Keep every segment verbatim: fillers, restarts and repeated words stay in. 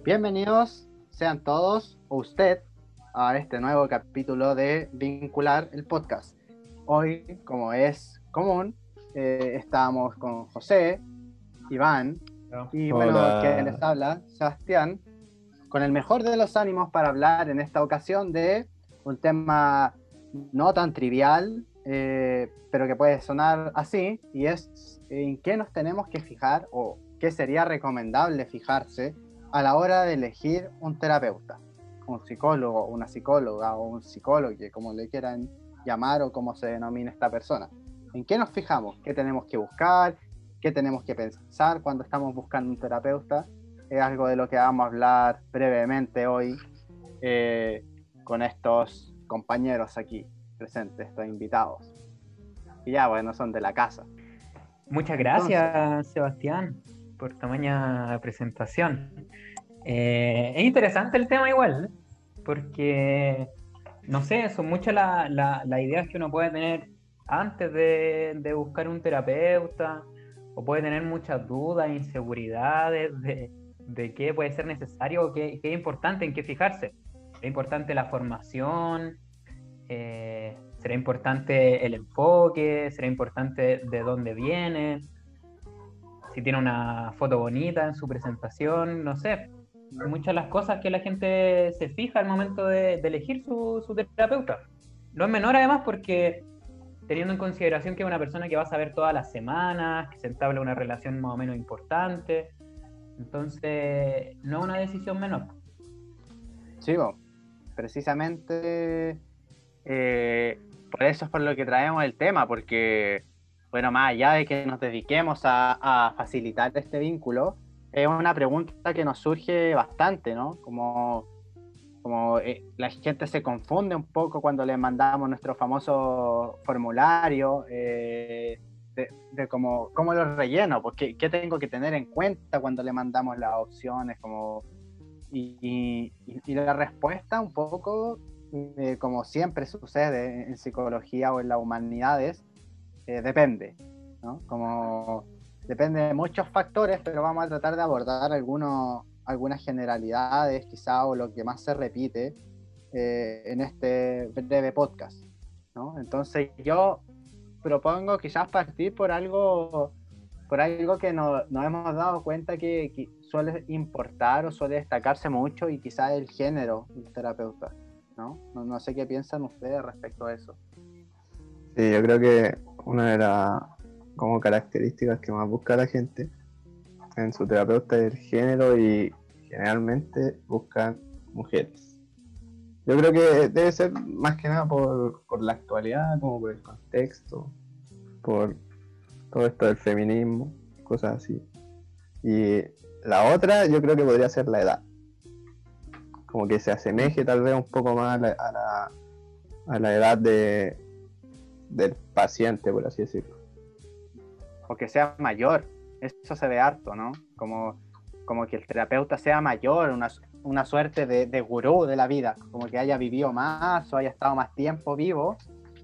Bienvenidos sean todos, o usted, a este nuevo capítulo de Vincular el Podcast. Hoy, como es común, eh, estamos con José, Iván y, bueno, quien les Hola. habla, Sebastián, con el mejor de los ánimos para hablar en esta ocasión de un tema no tan trivial, eh, pero que puede sonar así, y es en qué nos tenemos que fijar o qué sería recomendable fijarse a la hora de elegir un terapeuta, un psicólogo, una psicóloga o un psicólogo, como le quieran llamar o como se denomina esta persona. ¿En qué nos fijamos? ¿Qué tenemos que buscar? ¿Qué tenemos que pensar cuando estamos buscando un terapeuta? Es algo de lo que vamos a hablar brevemente hoy eh, con estos compañeros aquí presentes, estos invitados. Y ya, bueno, son de la casa. Muchas Entonces, gracias, Sebastián, por tamaña presentación. Eh, es interesante el tema igual, porque, no sé, son muchas la- la- las ideas que uno puede tener antes de, de buscar un terapeuta, o puede tener muchas dudas, inseguridades de, de qué puede ser necesario o qué, qué es importante, en qué fijarse. Es importante la formación, eh, será importante el enfoque, será importante de dónde viene, si tiene una foto bonita en su presentación, no sé. Muchas de las cosas que la gente se fija al momento de, de elegir su, su terapeuta. No es menor además porque teniendo en consideración que es una persona que vas a ver todas las semanas, que se entabla una relación más o menos importante, entonces no es una decisión menor. sí, bo, precisamente eh, por eso es por lo que traemos el tema, porque, bueno, más allá de que nos dediquemos a, a facilitar este vínculo, es una pregunta que nos surge bastante, ¿no? Como como eh, la gente se confunde un poco cuando le mandamos nuestro famoso formulario eh, de, de cómo, cómo lo relleno, porque qué tengo que tener en cuenta cuando le mandamos las opciones, como, y, y, y la respuesta un poco, eh, como siempre sucede en psicología o en las humanidades, eh, depende, ¿no? Como depende de muchos factores, pero vamos a tratar de abordar algunos, algunas generalidades, quizá, o lo que más se repite eh, en este breve podcast, ¿no? Entonces yo propongo quizás partir por algo, por algo que no, nos hemos dado cuenta que, que suele importar o suele destacarse mucho, y quizás el género del terapeuta, ¿no? No, no sé qué piensan ustedes respecto a eso. Sí, yo creo que una de las como características que más busca la gente en su terapeuta es el género y generalmente buscan mujeres. Yo creo que debe ser más que nada por, por la actualidad, como por el contexto, por todo esto del feminismo, cosas así. Y la otra yo creo que podría ser la edad, como que se asemeje tal vez un poco más a la, a la, a la edad de, del paciente, por así decirlo. O que sea mayor, eso se ve harto, ¿no? Como, como que el terapeuta sea mayor, una, una suerte de, de gurú de la vida, como que haya vivido más o haya estado más tiempo vivo,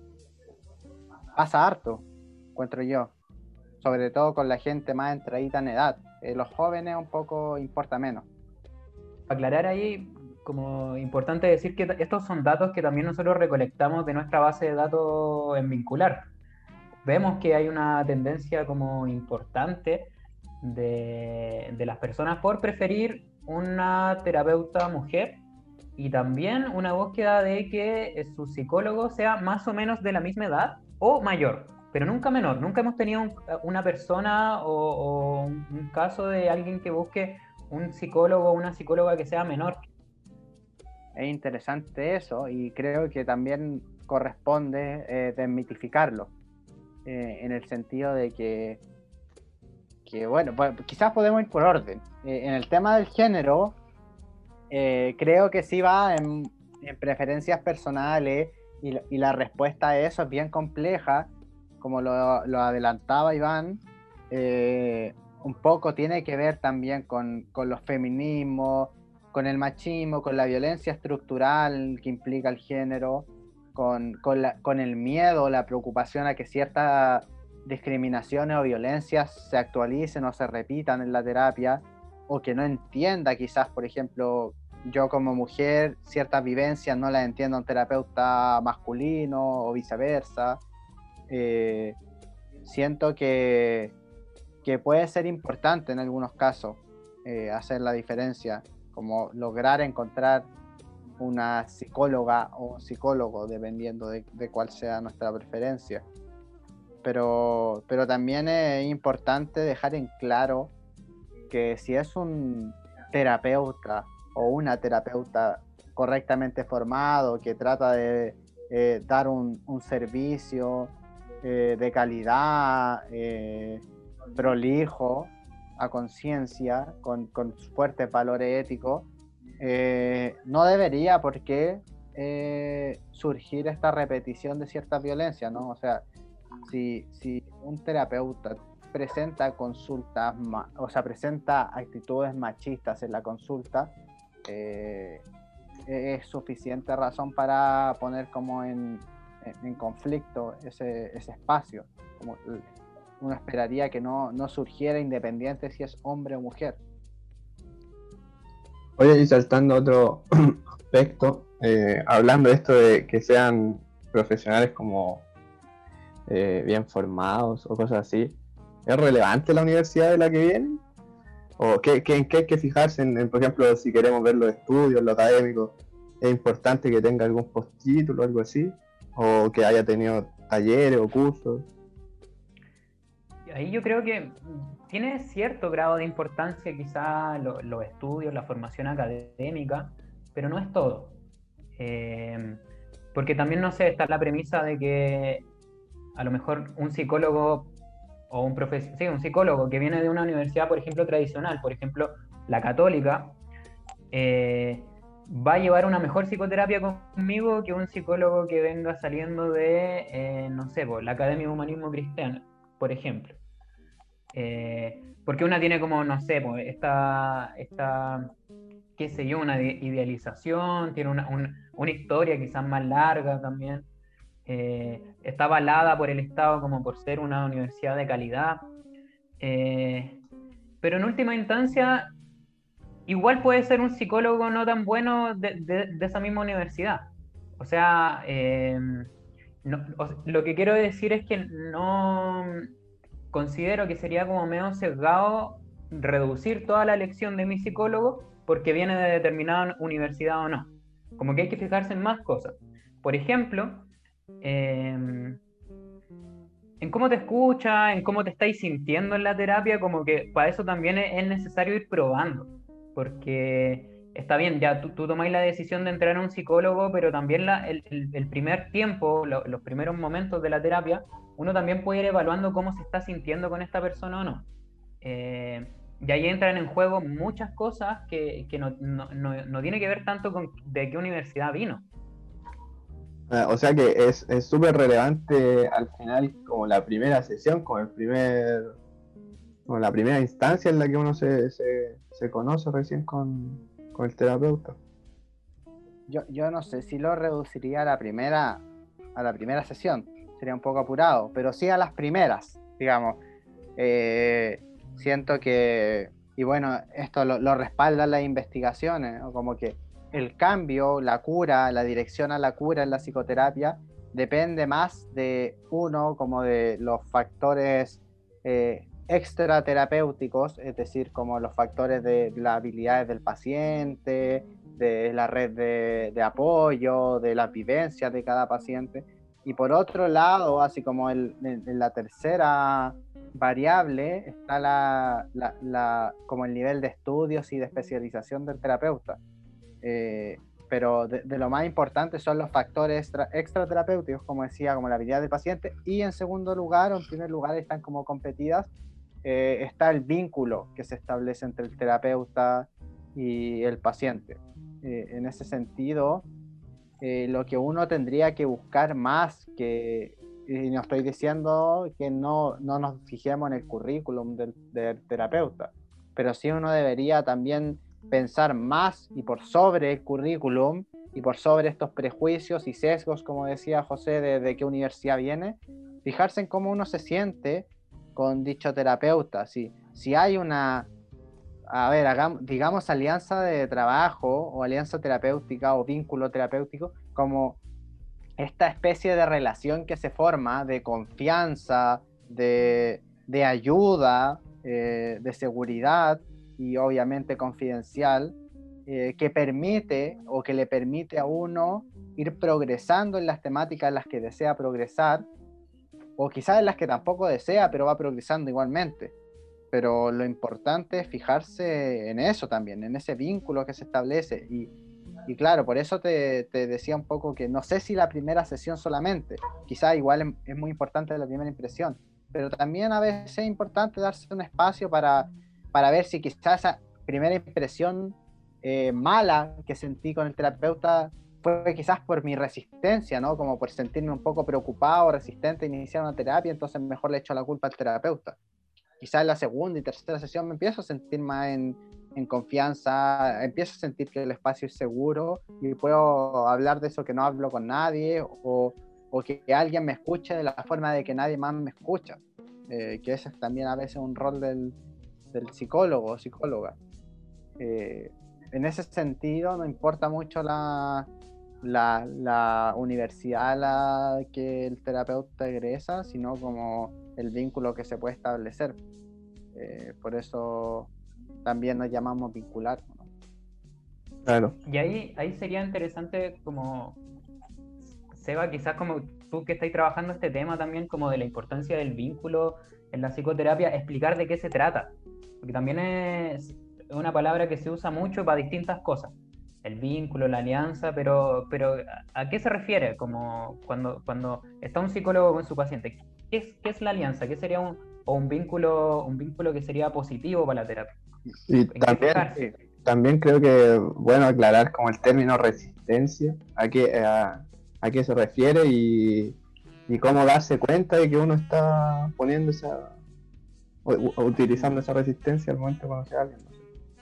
pasa harto, encuentro yo, sobre todo con la gente más entradita en edad. Eh, los jóvenes un poco importa menos. Aclarar ahí, como importante decir que estos son datos que también nosotros recolectamos de nuestra base de datos en Vincular. Vemos que hay una tendencia como importante de, de las personas por preferir una terapeuta mujer y también una búsqueda de que su psicólogo sea más o menos de la misma edad o mayor, pero nunca menor. Nunca hemos tenido un, una persona o, o un, un caso de alguien que busque un psicólogo o una psicóloga que sea menor. Es interesante eso, y creo que también corresponde eh, desmitificarlo, eh, en el sentido de que, que bueno, pues, quizás podemos ir por orden. Eh, en el tema del género, Eh, creo que sí va en, en preferencias personales, y, y, la respuesta a eso es bien compleja, como lo, lo adelantaba Iván. Eh, un poco tiene que ver también con, con los feminismos, con el machismo, con la violencia estructural que implica el género, con, con, la, con el miedo, la preocupación a que ciertas discriminaciones o violencias se actualicen o se repitan en la terapia. o que no entienda quizás, por ejemplo, yo como mujer, ciertas vivencias no las entiendo a un terapeuta masculino o viceversa. Eh, siento que, que puede ser importante en algunos casos eh, hacer la diferencia, como lograr encontrar una psicóloga o un psicólogo, dependiendo de, de cuál sea nuestra preferencia. Pero, pero también es importante dejar en claro que si es un terapeuta o una terapeuta correctamente formado, que trata de eh, dar un, un servicio eh, de calidad, eh, prolijo, a conciencia, con, con fuertes valores éticos, eh, no debería por qué eh, surgir esta repetición de cierta violencia, ¿no? O sea, si, si un terapeuta presenta consultas, o sea, presenta actitudes machistas en la consulta, eh, es suficiente razón para poner como en, en, en conflicto ese, ese espacio. Como uno esperaría que no, no surgiera independiente si es hombre o mujer. Oye, y saltando a otro aspecto, eh, hablando de esto de que sean profesionales como eh, bien formados o cosas así, ¿es relevante la universidad de la que vienen? ¿O qué, qué, en qué hay que fijarse? En, en, por ejemplo, si queremos ver los estudios, lo académico, ¿es importante que tenga algún postítulo o algo así? ¿O que haya tenido talleres o cursos? Ahí yo creo que tiene cierto grado de importancia quizá los lo estudios, la formación académica, pero no es todo. Eh, porque también, no sé, está la premisa de que a lo mejor un psicólogo o un profesor, sí, un psicólogo que viene de una universidad, por ejemplo, tradicional, por ejemplo, la católica, eh, va a llevar una mejor psicoterapia conmigo que un psicólogo que venga saliendo de, eh, no sé, pues, la Academia de Humanismo Cristiano, por ejemplo. Eh, porque una tiene como, no sé, pues, esta, esta, qué sé yo, una idealización, tiene una, una, una historia quizás más larga también. Eh, está avalada por el Estado como por ser una universidad de calidad, eh, pero en última instancia igual puede ser un psicólogo no tan bueno de, de, de esa misma universidad. O sea, eh, no, o, lo que quiero decir es que no considero que sería como medio sesgado reducir toda la elección de mi psicólogo porque viene de determinada universidad o no. Como que hay que fijarse en más cosas. Por ejemplo, eh, en cómo te escucha, en cómo te estáis sintiendo en la terapia, como que para eso también es, es necesario ir probando, porque está bien, ya tú, tú tomáis la decisión de entrar a un psicólogo, pero también la, el, el, el primer tiempo, lo, los primeros momentos de la terapia, uno también puede ir evaluando cómo se está sintiendo con esta persona o no. Eh, y ahí entran en juego muchas cosas que, que no, no, no, no tiene que ver tanto con de qué universidad vino. O sea que es súper relevante al final como la primera sesión, como el primer, como la primera instancia en la que uno se, se, se conoce recién con, con el terapeuta. Yo, yo no sé si lo reduciría a la primera, a la primera sesión, sería un poco apurado, pero sí a las primeras, digamos. Eh, siento que, y bueno, esto lo, lo respaldan las investigaciones, ¿no? Como que el cambio, la cura, la dirección a la cura en la psicoterapia depende más de uno, como de los factores eh, extraterapéuticos, es decir, como los factores de las habilidades del paciente, de la red de, de apoyo, de las vivencias de cada paciente. Y por otro lado, así como el, en la tercera variable, está la, la, la, como el nivel de estudios y de especialización del terapeuta. Eh, pero de, de lo más importante son los factores extra, extraterapéuticos, como decía, como la habilidad del paciente, y en segundo lugar, o en primer lugar, están como competidas, eh, está el vínculo que se establece entre el terapeuta y el paciente. Eh, en ese sentido, eh, lo que uno tendría que buscar más que, y no estoy diciendo que no, no nos fijemos en el currículum del, del terapeuta, pero sí uno debería también pensar más y por sobre el currículum y por sobre estos prejuicios y sesgos, como decía José, de, de qué universidad viene, fijarse en cómo uno se siente con dicho terapeuta. Si, si hay una, a ver, hagamos, digamos alianza de trabajo o alianza terapéutica o vínculo terapéutico como esta especie de relación que se forma de confianza, de, de ayuda, eh, de seguridad y obviamente confidencial, eh, que permite o que le permite a uno ir progresando en las temáticas en las que desea progresar, o quizás en las que tampoco desea, pero va progresando igualmente. Pero lo importante es fijarse en eso también, en ese vínculo que se establece. Y, y claro, por eso te, te decía un poco que no sé si la primera sesión solamente, quizás igual es, es muy importante la primera impresión, pero también a veces es importante darse un espacio para, para ver si quizás esa primera impresión eh, mala que sentí con el terapeuta fue quizás por mi resistencia, ¿no? Como por sentirme un poco preocupado, resistente a iniciar una terapia, entonces mejor le echo la culpa al terapeuta. Quizás en la segunda y tercera sesión me empiezo a sentir más en, en confianza, empiezo a sentir que el espacio es seguro y puedo hablar de eso que no hablo con nadie, o, o que alguien me escuche de la forma de que nadie más me escucha, eh, que ese es también a veces un rol del, del psicólogo o psicóloga. Eh, en ese sentido no importa mucho la, la, la universidad a la que el terapeuta egresa, sino como el vínculo que se puede establecer. Eh, por eso también nos llamamos vincular, ¿no? Claro. Y ahí, ahí sería interesante como, Seba, quizás como tú que estáis trabajando este tema también, como de la importancia del vínculo en la psicoterapia, explicar de qué se trata. Porque también es una palabra que se usa mucho para distintas cosas. El vínculo, la alianza, pero, pero ¿a qué se refiere? Como cuando, cuando está un psicólogo con su paciente, ¿qué es, qué es la alianza? ¿Qué sería un, o un vínculo, un vínculo que sería positivo para la terapia? Y ¿En qué también, fijarse? también creo que, bueno, aclarar como el término resistencia, a qué, a, a qué se refiere y, y cómo darse cuenta de que uno está poniendo esa, o, o utilizando esa resistencia al momento de conocer a alguien, ¿no?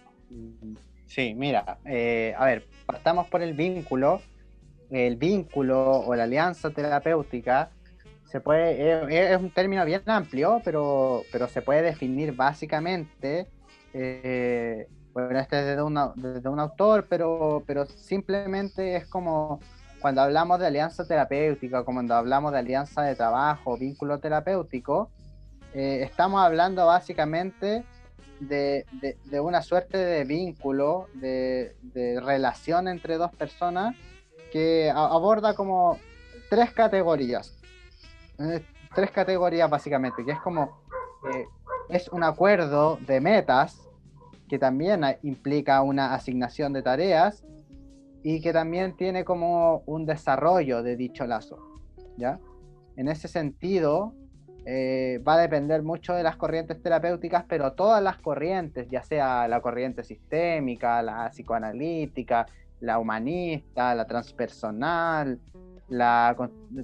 Sí, mira, eh, a ver, partamos por el vínculo. El vínculo o la alianza terapéutica se puede, es, es un término bien amplio, pero, pero se puede definir básicamente, eh, bueno, este es desde, una, desde un autor, pero, pero simplemente es como cuando hablamos de alianza terapéutica, como cuando hablamos de alianza de trabajo, vínculo terapéutico, eh, estamos hablando básicamente de, de, de una suerte de vínculo, de, de relación entre dos personas que a, aborda como tres categorías, eh, tres categorías básicamente, que es como, eh, es un acuerdo de metas, que también implica una asignación de tareas, y que también tiene como un desarrollo de dicho lazo, ¿ya? En ese sentido, eh, va a depender mucho de las corrientes terapéuticas, pero todas las corrientes, ya sea la corriente sistémica, la psicoanalítica, la humanista, la transpersonal, la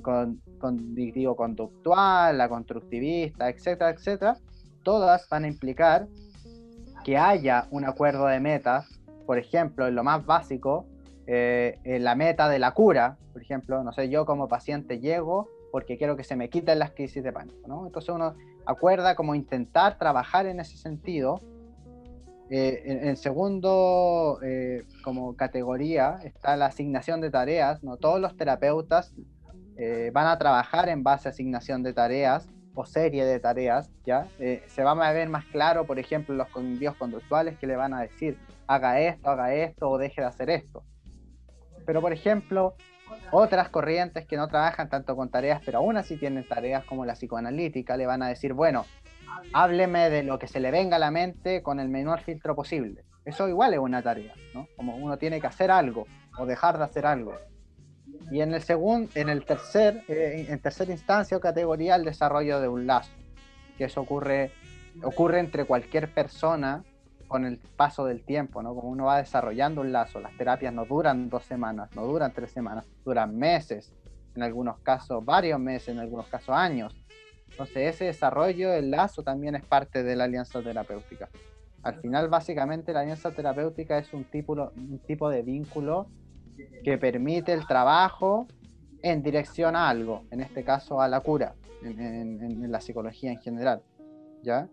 cognitivo-conductual, la constructivista, etcétera, etcétera, todas van a implicar que haya un acuerdo de metas, por ejemplo, en lo más básico, eh, en la meta de la cura, por ejemplo, no sé, yo como paciente llego porque quiero que se me quiten las crisis de pánico, ¿no? Entonces uno acuerda como intentar trabajar en ese sentido. Eh, en, en segundo, eh, como categoría, está la asignación de tareas, ¿no? Todos los terapeutas eh, van a trabajar en base a asignación de tareas o serie de tareas, ¿ya? Eh, se va a ver más claro, por ejemplo, los cognitivos conductuales que le van a decir, haga esto, haga esto o deje de hacer esto. Pero, por ejemplo, otras corrientes que no trabajan tanto con tareas, pero aún así tienen tareas como la psicoanalítica, le van a decir, bueno, hábleme de lo que se le venga a la mente con el menor filtro posible. Eso igual es una tarea, ¿no? Como uno tiene que hacer algo o dejar de hacer algo. Y en el segundo, en el tercer, eh, en tercera instancia o categoría, el desarrollo de un lazo, que eso ocurre, ocurre entre cualquier persona con el paso del tiempo, ¿no? Como uno va desarrollando un lazo, las terapias no duran dos semanas, no duran tres semanas, duran meses, en algunos casos varios meses, en algunos casos años. Entonces ese desarrollo del lazo también es parte de la alianza terapéutica. Al final, básicamente, la alianza terapéutica es un tipo, un tipo de vínculo que permite el trabajo en dirección a algo, en este caso a la cura, en, en, en la psicología en general, ¿ya?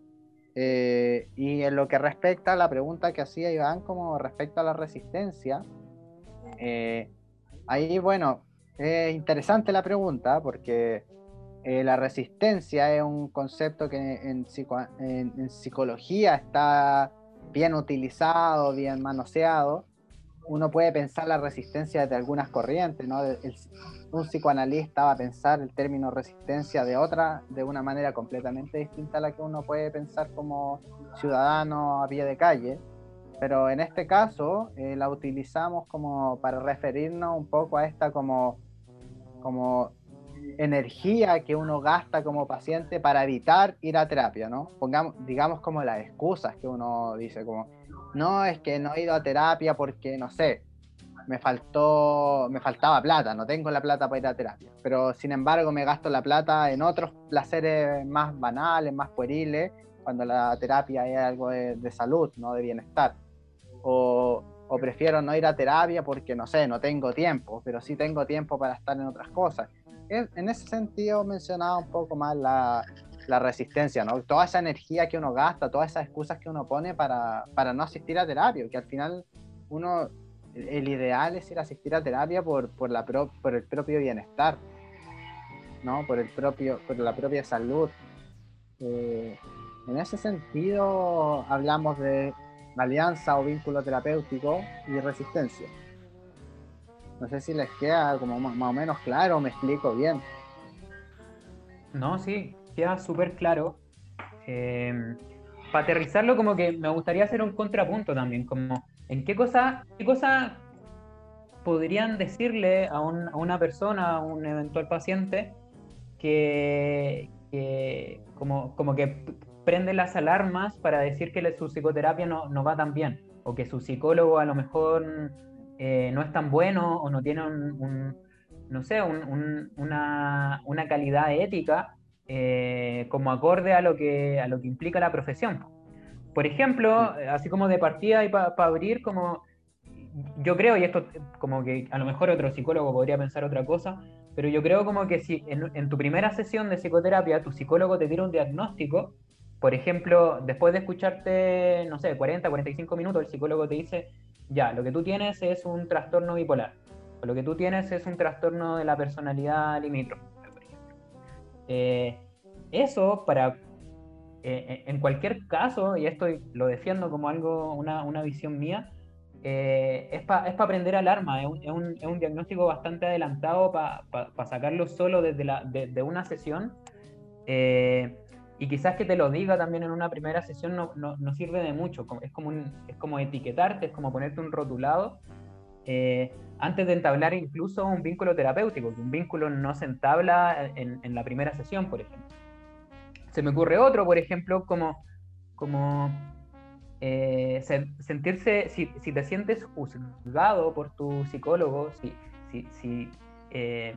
Eh, y en lo que respecta a la pregunta que hacía Iván, como respecto a la resistencia, eh, ahí, bueno, es interesante la pregunta porque eh, la resistencia es un concepto que en, psico, en, en psicología está bien utilizado, bien manoseado. Uno puede pensar la resistencia desde algunas corrientes, ¿no? El, un psicoanalista va a pensar el término resistencia de otra, de una manera completamente distinta a la que uno puede pensar como ciudadano a pie de calle, pero en este caso eh, la utilizamos como para referirnos un poco a esta como, como energía que uno gasta como paciente para evitar ir a terapia, ¿no? Pongamos, digamos como las excusas que uno dice, como, no, es que no he ido a terapia porque, no sé, me faltó, me faltaba plata, no tengo la plata para ir a terapia, pero sin embargo me gasto la plata en otros placeres más banales, más pueriles, cuando la terapia es algo de, de salud, no de bienestar. O, o prefiero no ir a terapia porque, no sé, no tengo tiempo, pero sí tengo tiempo para estar en otras cosas. En ese sentido mencionaba un poco más la, la resistencia, ¿no? Toda esa energía que uno gasta, todas esas excusas que uno pone para, para no asistir a terapia, que al final uno, el ideal es ir a asistir a terapia por, por, la pro, por el propio bienestar, ¿no? Por, el propio, por la propia salud. Eh, en ese sentido hablamos de alianza o vínculo terapéutico y resistencia. No sé si les queda como más, más o menos claro, me explico bien. No, sí, queda súper claro. Eh, para aterrizarlo, como que me gustaría hacer un contrapunto también, como en qué cosa, qué cosa podrían decirle a, un, a una persona, a un eventual paciente, que, que como, como que prende las alarmas para decir que su psicoterapia no, no va tan bien, o que su psicólogo a lo mejor eh, no es tan bueno, o no tiene un, un no sé, un, un, una, una calidad ética eh, como acorde a lo, que, a lo que implica la profesión. Por ejemplo, así como de partida y para pa abrir, como yo creo, y esto como que a lo mejor otro psicólogo podría pensar otra cosa, pero yo creo como que si en, en tu primera sesión de psicoterapia tu psicólogo te tira un diagnóstico, por ejemplo, después de escucharte, no sé, cuarenta, cuarenta y cinco minutos, el psicólogo te dice, ya, lo que tú tienes es un trastorno bipolar, o lo que tú tienes es un trastorno de la personalidad limítrofe, por ejemplo. Eh, eso para, eh, en cualquier caso, y esto lo defiendo como algo, una, una visión mía, eh, es para es pa prender alarma, es un, es, un, es un diagnóstico bastante adelantado para pa, pa sacarlo solo desde la, de, de una sesión. Eh, y quizás que te lo diga también en una primera sesión no, no, no sirve de mucho, es como, un, es como etiquetarte, es como ponerte un rotulado eh, antes de entablar incluso un vínculo terapéutico, que un vínculo no se entabla en, en la primera sesión, por ejemplo. Se me ocurre otro, por ejemplo, como, como eh, se, sentirse, si, si, te sientes juzgado por tu psicólogo, si, si, si eh,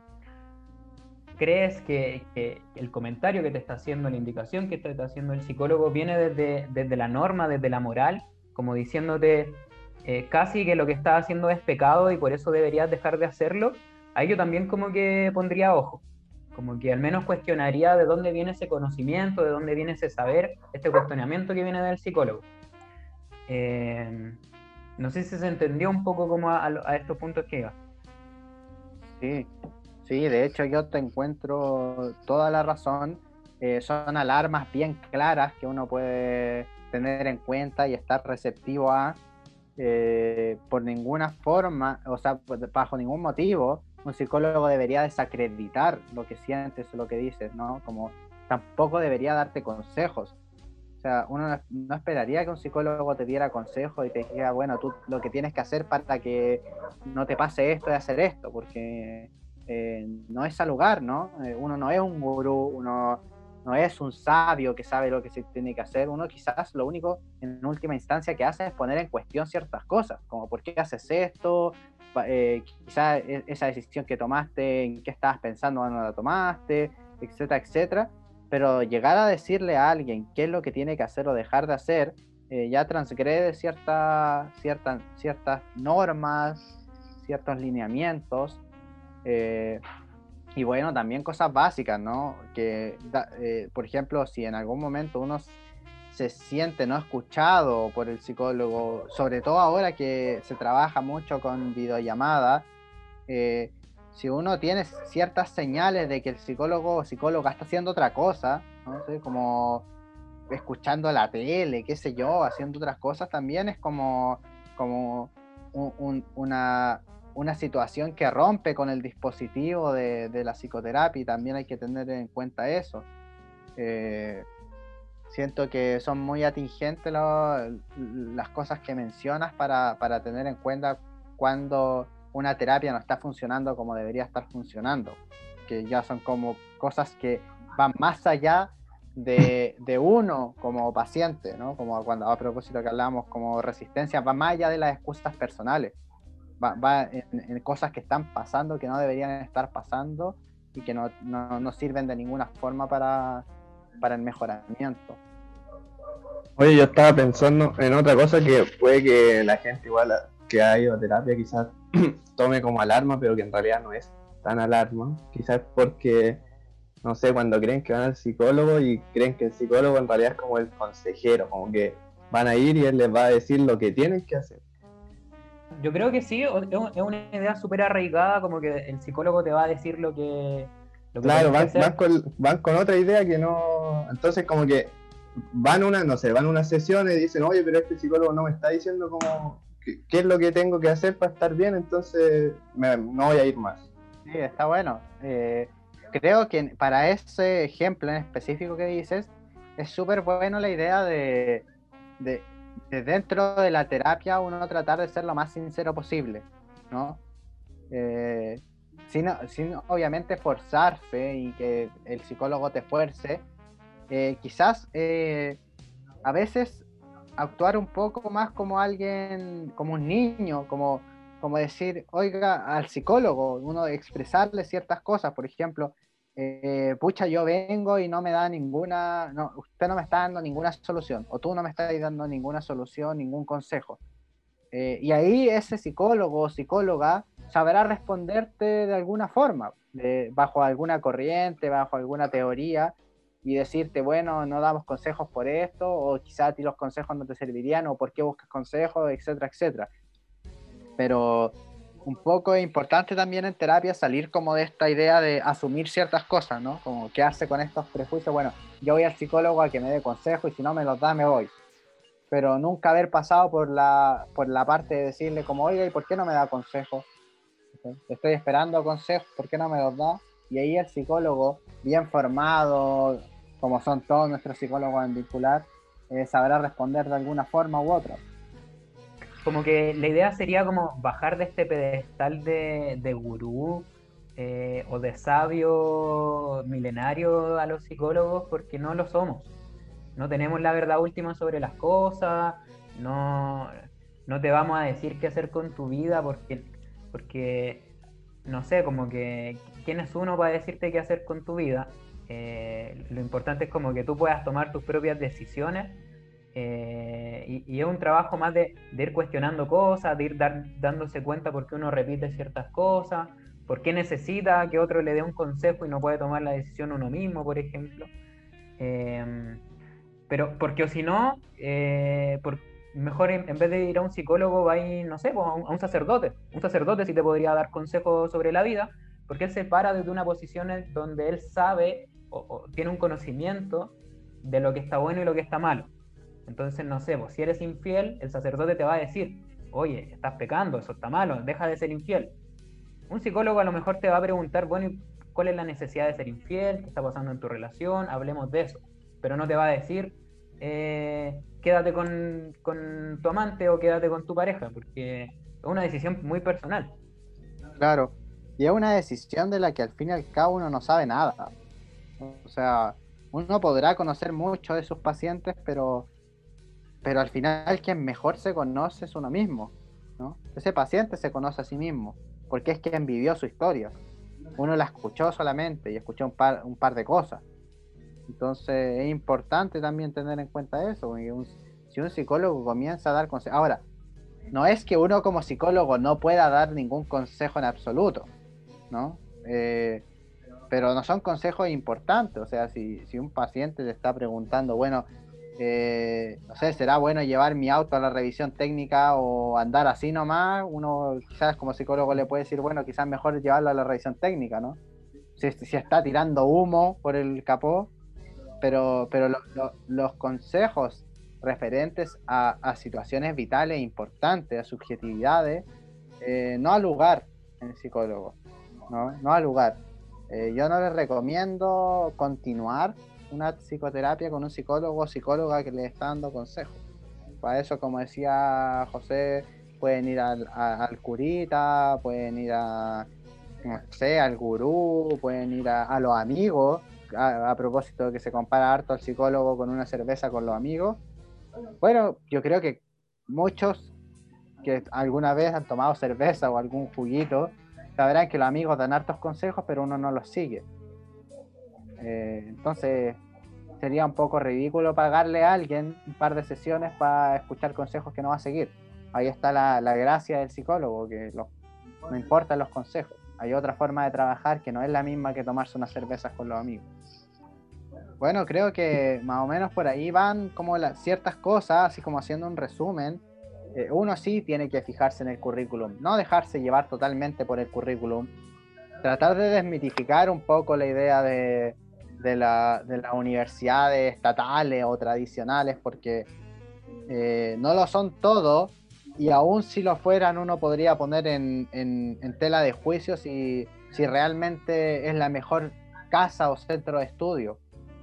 crees que, que, el comentario que te está haciendo, la indicación que te está haciendo el psicólogo viene desde, desde la norma, desde la moral, como diciéndote eh, casi que lo que estás haciendo es pecado y por eso deberías dejar de hacerlo, ahí yo también como que pondría ojo, como que al menos cuestionaría de dónde viene ese conocimiento, de dónde viene ese saber, este cuestionamiento que viene del psicólogo. Eh, no sé si se entendió un poco como a, a estos puntos que iba. Sí, sí, de hecho yo te encuentro toda la razón. Eh, son alarmas bien claras que uno puede tener en cuenta y estar receptivo a. Eh, por ninguna forma, o sea, bajo ningún motivo, un psicólogo debería desacreditar lo que sientes o lo que dices, ¿no? Como tampoco debería darte consejos. O sea, uno no, no esperaría que un psicólogo te diera consejos y te dijera, bueno, tú lo que tienes que hacer para que no te pase esto es hacer esto, porque eh, no es al lugar, ¿no? Eh, uno no es un gurú, uno no es un sabio que sabe lo que se tiene que hacer. Uno quizás lo único en última instancia que hace es poner en cuestión ciertas cosas, como por qué haces esto, eh, quizás esa decisión que tomaste, en qué estabas pensando cuando la tomaste, etcétera, etcétera. Pero llegar a decirle a alguien qué es lo que tiene que hacer o dejar de hacer, eh, ya transgrede cierta, cierta, ciertas normas, ciertos lineamientos, eh, y bueno, también cosas básicas, ¿no? Que, da, eh, por ejemplo, si en algún momento uno se siente no escuchado por el psicólogo, sobre todo ahora que se trabaja mucho con videollamadas, eh, si uno tiene ciertas señales de que el psicólogo o psicóloga está haciendo otra cosa, no sé, como escuchando la tele, qué sé yo, haciendo otras cosas, también es como, como un, un, una, una situación que rompe con el dispositivo de, de la psicoterapia, y también hay que tener en cuenta eso. Eh, siento que son muy atingentes lo, las cosas que mencionas para, para tener en cuenta cuando una terapia no está funcionando como debería estar funcionando, que ya son como cosas que van más allá de, de uno como paciente, ¿no? Como cuando a propósito que hablábamos como resistencia, va más allá de las excusas personales, va, va en, en cosas que están pasando, que no deberían estar pasando y que no, no, no sirven de ninguna forma para, para el mejoramiento. Oye, yo estaba pensando en otra cosa que puede que la gente igual que ha ido a terapia quizás tome como alarma, pero que en realidad no es tan alarma. Quizás porque, no sé, cuando creen que van al psicólogo y creen que el psicólogo en realidad es como el consejero, como que van a ir y él les va a decir lo que tienen que hacer. Yo creo que sí, o- es un- es una idea súper arraigada, como que el psicólogo te va a decir lo que, lo que Claro, tenés que van, van, hacer. con, van con otra idea que no. Entonces, como que van una, no sé, van unas sesiones y dicen, oye, pero este psicólogo no me está diciendo cómo, qué, qué es lo que tengo que hacer para estar bien, entonces me, no voy a ir más. Sí, está bueno. Eh, creo que para ese ejemplo en específico que dices, es súper bueno la idea de, de, de dentro de la terapia uno tratar de ser lo más sincero posible, ¿no? Eh, sin, sin obviamente forzarse y que el psicólogo te fuerce, eh, quizás eh, a veces actuar un poco más como alguien, como un niño, como, como decir, oiga, al psicólogo, uno expresarle ciertas cosas, por ejemplo, eh, pucha, yo vengo y no me da ninguna, no, usted no me está dando ninguna solución, o tú no me estás dando ninguna solución, ningún consejo. Eh, y ahí ese psicólogo o psicóloga sabrá responderte de alguna forma, de, bajo alguna corriente, bajo alguna teoría, y decirte, bueno, no damos consejos por esto, o quizá a ti los consejos no te servirían, o por qué buscas consejos, etcétera, etcétera. Pero un poco es importante también en terapia salir como de esta idea de asumir ciertas cosas, ¿no? Como quedarse con estos prejuicios, bueno, yo voy al psicólogo a que me dé consejos y si no me los da, me voy, pero nunca haber pasado por la, por la parte de decirle como, oiga, ¿y por qué no me da consejos? Estoy esperando consejos, ¿por qué no me los da? Y ahí el psicólogo, bien formado, como son todos nuestros psicólogos en vincular, eh, sabrá responder de alguna forma u otra. Como que la idea sería como bajar de este pedestal de, de gurú eh, o de sabio milenario a los psicólogos, porque no lo somos. No tenemos la verdad última sobre las cosas, no, no te vamos a decir qué hacer con tu vida porque, porque no sé, como que quién es uno para decirte qué hacer con tu vida. Eh, lo importante es como que tú puedas tomar tus propias decisiones, eh, y, y es un trabajo más de, de ir cuestionando cosas, de ir dar, dándose cuenta por qué uno repite ciertas cosas, por qué necesita que otro le dé un consejo y no puede tomar la decisión uno mismo, por ejemplo. Eh, pero porque o si no, eh, por, mejor en, en, vez de ir a un psicólogo, va a ir, no sé, pues, a, un, a un sacerdote. Un sacerdote sí te podría dar consejos sobre la vida, porque él se para desde una posición donde él sabe o, o tiene un conocimiento de lo que está bueno y lo que está malo. Entonces, no sé, pues, si eres infiel, el sacerdote te va a decir, oye, estás pecando, eso está malo, deja de ser infiel. Un psicólogo a lo mejor te va a preguntar, bueno, ¿cuál es la necesidad de ser infiel? ¿Qué está pasando en tu relación? Hablemos de eso. Pero no te va a decir, eh, quédate con, con tu amante o quédate con tu pareja, porque es una decisión muy personal. Claro, y es una decisión de la que al fin y al cabo uno no sabe nada. O sea, uno podrá conocer mucho de sus pacientes, pero, pero al final quien mejor se conoce es uno mismo, ¿no? Ese paciente se conoce a sí mismo, porque es quien vivió su historia. Uno la escuchó solamente y escuchó un par, un par de cosas. Entonces es importante también tener en cuenta eso, porque un- si un psicólogo comienza a dar consejos. Ahora, no es que uno como psicólogo no pueda dar ningún consejo en absoluto, ¿no? Eh, pero no son consejos importantes, o sea, si, si un paciente te está preguntando, bueno, eh, no sé, ¿será bueno llevar mi auto a la revisión técnica o andar así nomás? Uno quizás como psicólogo le puede decir, bueno, quizás mejor llevarlo a la revisión técnica, ¿no? Si, si está tirando humo por el capó, pero, pero lo, lo, los consejos referentes a, a situaciones vitales importantes, a subjetividades, eh, no al lugar en el psicólogo, no, no al lugar. Eh, yo no les recomiendo continuar una psicoterapia con un psicólogo o psicóloga que le está dando consejos. Para eso, como decía José, pueden ir al, a, al curita, pueden ir a, no sé, al gurú, pueden ir a, a los amigos, a, a propósito de que se compara harto al psicólogo con una cerveza con los amigos. Bueno, yo creo que muchos que alguna vez han tomado cerveza o algún juguito sabrán que los amigos dan hartos consejos, pero uno no los sigue. Eh, entonces sería un poco ridículo pagarle a alguien un par de sesiones para escuchar consejos que no va a seguir. Ahí está la, la gracia del psicólogo, que lo, no importan los consejos. Hay otra forma de trabajar que no es la misma que tomarse unas cervezas con los amigos. Bueno, creo que más o menos por ahí van como la, ciertas cosas, así como haciendo un resumen. Eh, uno sí tiene que fijarse en el currículum, no dejarse llevar totalmente por el currículum, tratar de desmitificar un poco la idea de, de, la, de las universidades estatales o tradicionales, porque eh, no lo son todo, y aún si lo fueran uno podría poner en, en, en tela de juicio si, si realmente es la mejor casa o centro de estudio.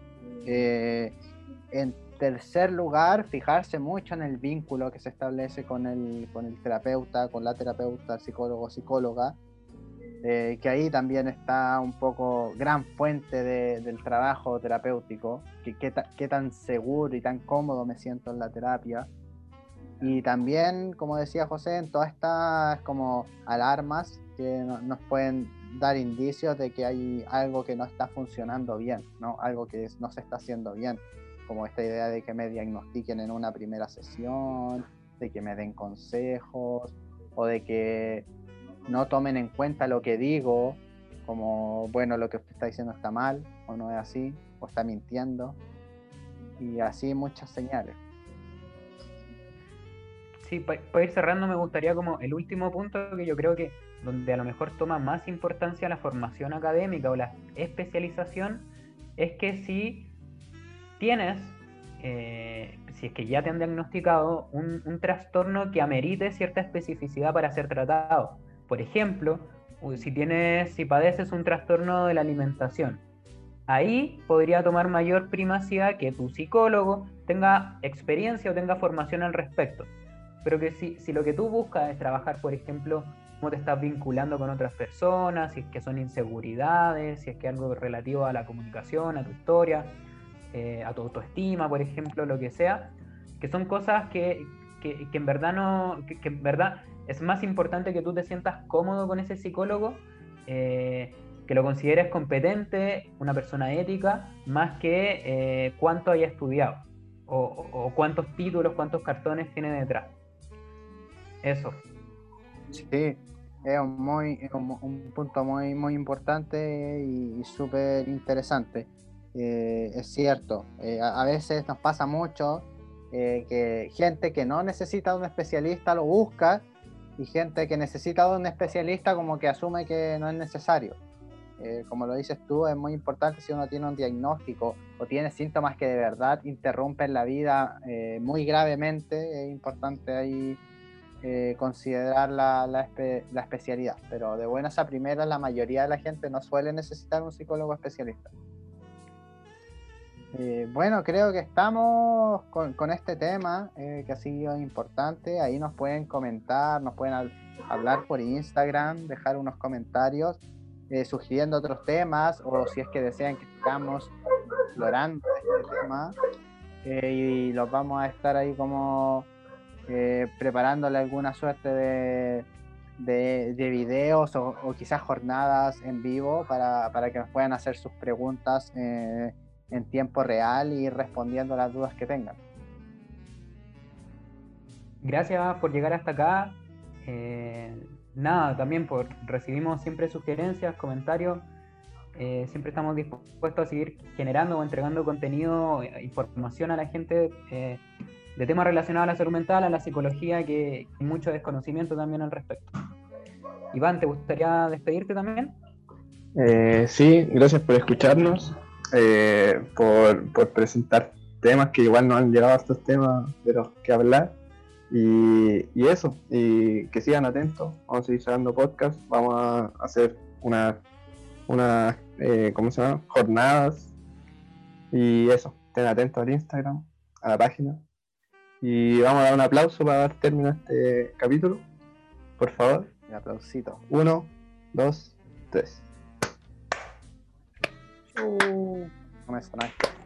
Eh, en tercer lugar, fijarse mucho en el vínculo que se establece con el, con el terapeuta, con la terapeuta, psicólogo, psicóloga, eh, que ahí también está un poco gran fuente de, del trabajo terapéutico, que qué, ta, qué tan seguro y tan cómodo me siento en la terapia. Y también, como decía José, en todas estas como alarmas que no, nos pueden dar indicios de que hay algo que no está funcionando bien, ¿no? Algo que no se está haciendo bien, como esta idea de que me diagnostiquen en una primera sesión, de que me den consejos, o de que no tomen en cuenta lo que digo, como, bueno, lo que usted está diciendo está mal, o no es así, o está mintiendo, y así muchas señales. Sí, para pa ir cerrando me gustaría como el último punto que yo creo que donde a lo mejor toma más importancia la formación académica o la especialización es que si tienes, eh, si es que ya te han diagnosticado un, un trastorno que amerite cierta especificidad para ser tratado. Por ejemplo, si tienes, si padeces un trastorno de la alimentación, ahí podría tomar mayor primacía que tu psicólogo tenga experiencia o tenga formación al respecto. Pero que si, si lo que tú buscas es trabajar, por ejemplo, cómo te estás vinculando con otras personas, si es que son inseguridades, si es que algo relativo a la comunicación, a tu historia, eh, a tu autoestima, por ejemplo, lo que sea, que son cosas que, que, que en verdad no, que, que en verdad es más importante que tú te sientas cómodo con ese psicólogo, eh, que lo consideres competente, una persona ética, más que eh, cuánto haya estudiado o, o, o cuántos títulos, cuántos cartones tiene detrás. Eso. Sí, es un, muy, es un, un punto muy, muy importante y, y súper interesante. Eh, es cierto, eh, a, a veces nos pasa mucho eh, que gente que no necesita de un especialista lo busca y gente que necesita de un especialista como que asume que no es necesario. Eh, como lo dices tú, es muy importante si uno tiene un diagnóstico o tiene síntomas que de verdad interrumpen la vida eh, muy gravemente, es importante ahí eh, considerar la, la, espe la especialidad, pero de buenas a primeras la mayoría de la gente no suele necesitar un psicólogo especialista. Eh, bueno, creo que estamos con, con este tema eh, que ha sido importante. Ahí nos pueden comentar, nos pueden al, hablar por Instagram, dejar unos comentarios eh, sugiriendo otros temas o si es que desean que sigamos explorando este tema eh, y los vamos a estar ahí como eh, preparándole alguna suerte de, de, de videos o, o quizás jornadas en vivo para, para que nos puedan hacer sus preguntas eh, en tiempo real y ir respondiendo las dudas que tengan. Gracias por llegar hasta acá. Eh, nada, también por recibimos siempre sugerencias, comentarios. Eh, siempre estamos dispuestos a seguir generando o entregando contenido, eh, información a la gente eh, de temas relacionados a la salud mental, a la psicología, que hay mucho desconocimiento también al respecto. Iván, ¿te gustaría despedirte también? Eh, sí, gracias por escucharnos, eh, por, por presentar temas que igual no han llegado a estos temas de los que hablar. Y, y eso, y que sigan atentos, vamos a seguir sacando podcast, vamos a hacer unas una, eh, ¿cómo se llama? Jornadas. Y eso, estén atentos al Instagram, a la página. Y vamos a dar un aplauso para dar término a este capítulo. Por favor. Un aplausito. Uno, dos, tres. Uh, no me suena esto.